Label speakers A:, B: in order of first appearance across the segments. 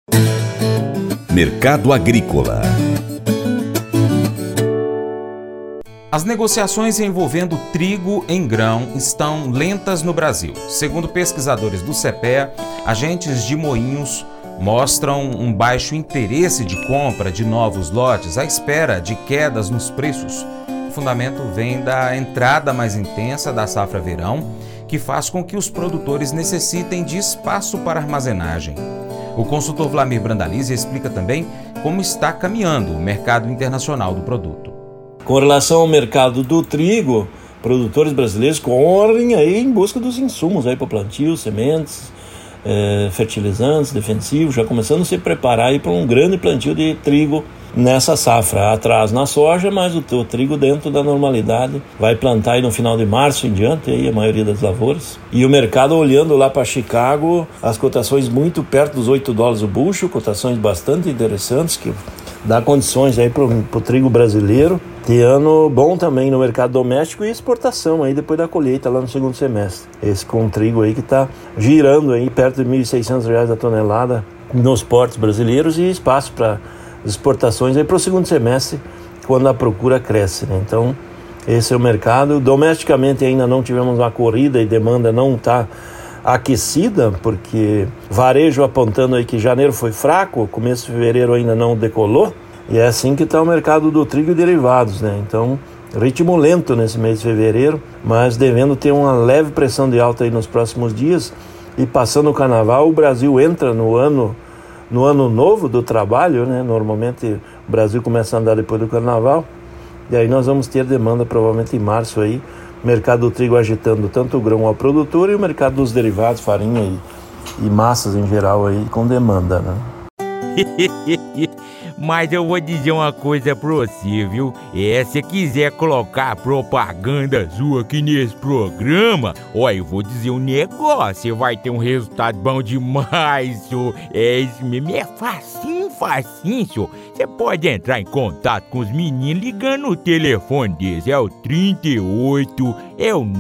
A: Mercado Agrícola.
B: As negociações envolvendo trigo em grão estão lentas no Brasil. Segundo pesquisadores do CEPEA, agentes de moinhos mostram um baixo interesse de compra de novos lotes à espera de quedas nos preços. O fundamento vem da entrada mais intensa da safra verão, que faz com que os produtores necessitem de espaço para armazenagem. O consultor Vlamir Brandalize explica também como está caminhando o mercado internacional do produto.
C: Com relação ao mercado do trigo, produtores brasileiros correm aí em busca dos insumos para plantio, sementes, fertilizantes, defensivos, já começando a se preparar aí para um grande plantio de trigo nessa safra. Atrás na soja, mas o trigo dentro da normalidade. Vai plantar aí no final de março em diante aí a maioria das lavouras. E o mercado olhando lá para Chicago, as cotações muito perto dos $8 o bushel, cotações bastante interessantes que dá condições aí para o trigo brasileiro ter ano bom também no mercado doméstico e exportação aí depois da colheita lá no segundo semestre. Esse com trigo aí que está girando aí perto de R$1.600 a tonelada nos portos brasileiros e espaço para exportações aí para o segundo semestre quando a procura cresce, né? Então esse é o mercado. Domesticamente ainda não tivemos uma corrida e demanda não está aquecida, porque varejo apontando aí que janeiro foi fraco, começo de fevereiro ainda não decolou, e é assim que está o mercado do trigo e derivados, né? Então, ritmo lento nesse mês de fevereiro, mas devendo ter uma leve pressão de alta aí nos próximos dias, e passando o carnaval, o Brasil entra no ano novo do trabalho, né? Normalmente o Brasil começa a andar depois do carnaval, e aí nós vamos ter demanda provavelmente em março aí, mercado do trigo agitando tanto o grão ao produtor e o mercado dos derivados, farinha e massas em geral aí com demanda, né?
D: Mas eu vou dizer uma coisa pra você, viu? Se quiser colocar propaganda sua aqui nesse programa, ó, eu vou dizer um negócio, você vai ter um resultado bom demais, senhor. Isso mesmo, é facinho, senhor. Você pode entrar em contato com os meninos ligando no telefone deles, é o 38, é o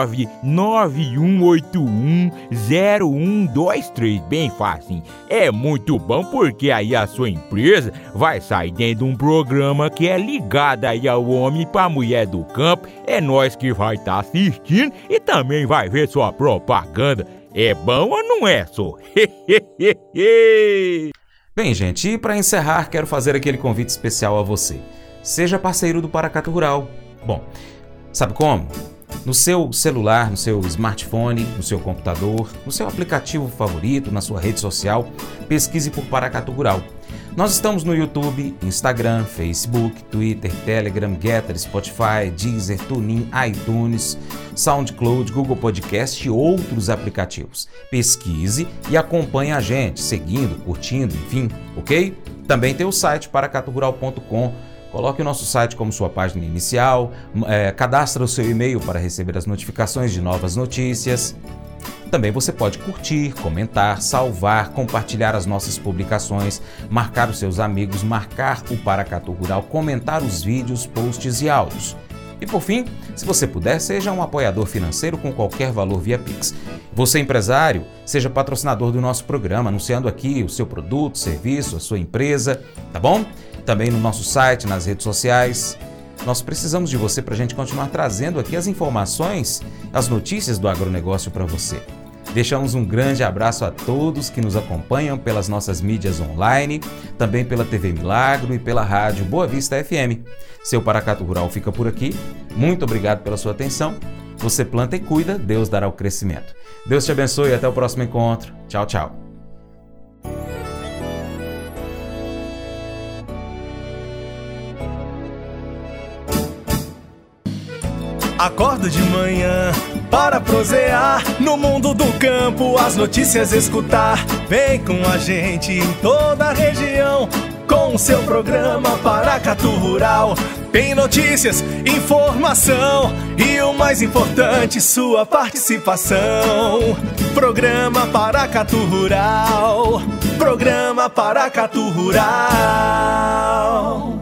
D: 991810123, bem facinho. É muito bom porque aí a sua empresa vai sair dentro de um programa que é ligado aí ao homem pra mulher do campo. É nós que vai estar assistindo e também vai ver sua propaganda. É bom ou não é, só?
B: Bem, gente, e para encerrar, quero fazer aquele convite especial a você. Seja parceiro do Paracatu Rural. Bom, sabe como? No seu celular, no seu smartphone, no seu computador, no seu aplicativo favorito, na sua rede social, pesquise por Paracatu Rural. Nós estamos no YouTube, Instagram, Facebook, Twitter, Telegram, Getter, Spotify, Deezer, TuneIn, iTunes, SoundCloud, Google Podcast e outros aplicativos. Pesquise e acompanhe a gente, seguindo, curtindo, enfim, ok? Também tem o site paracaturural.com. Coloque o nosso site como sua página inicial, cadastre o seu e-mail para receber as notificações de novas notícias. Também você pode curtir, comentar, salvar, compartilhar as nossas publicações, marcar os seus amigos, marcar o Paracatu Rural, comentar os vídeos, posts e áudios. E por fim, se você puder, seja um apoiador financeiro com qualquer valor via Pix. Você, empresário, seja patrocinador do nosso programa, anunciando aqui o seu produto, serviço, a sua empresa, tá bom? Também no nosso site, nas redes sociais. Nós precisamos de você para a gente continuar trazendo aqui as informações, as notícias do agronegócio para você. Deixamos um grande abraço a todos que nos acompanham pelas nossas mídias online, também pela TV Milagro e pela rádio Boa Vista FM. Seu Paracatu Rural fica por aqui. Muito obrigado pela sua atenção. Você planta e cuida, Deus dará o crescimento. Deus te abençoe e até o próximo encontro. Tchau, tchau.
E: Acordo de manhã para prosear no mundo do campo, as notícias escutar. Vem com a gente em toda a região com o seu programa Paracatu Rural. Tem notícias, informação e o mais importante, sua participação. Programa Paracatu Rural. Programa Paracatu Rural.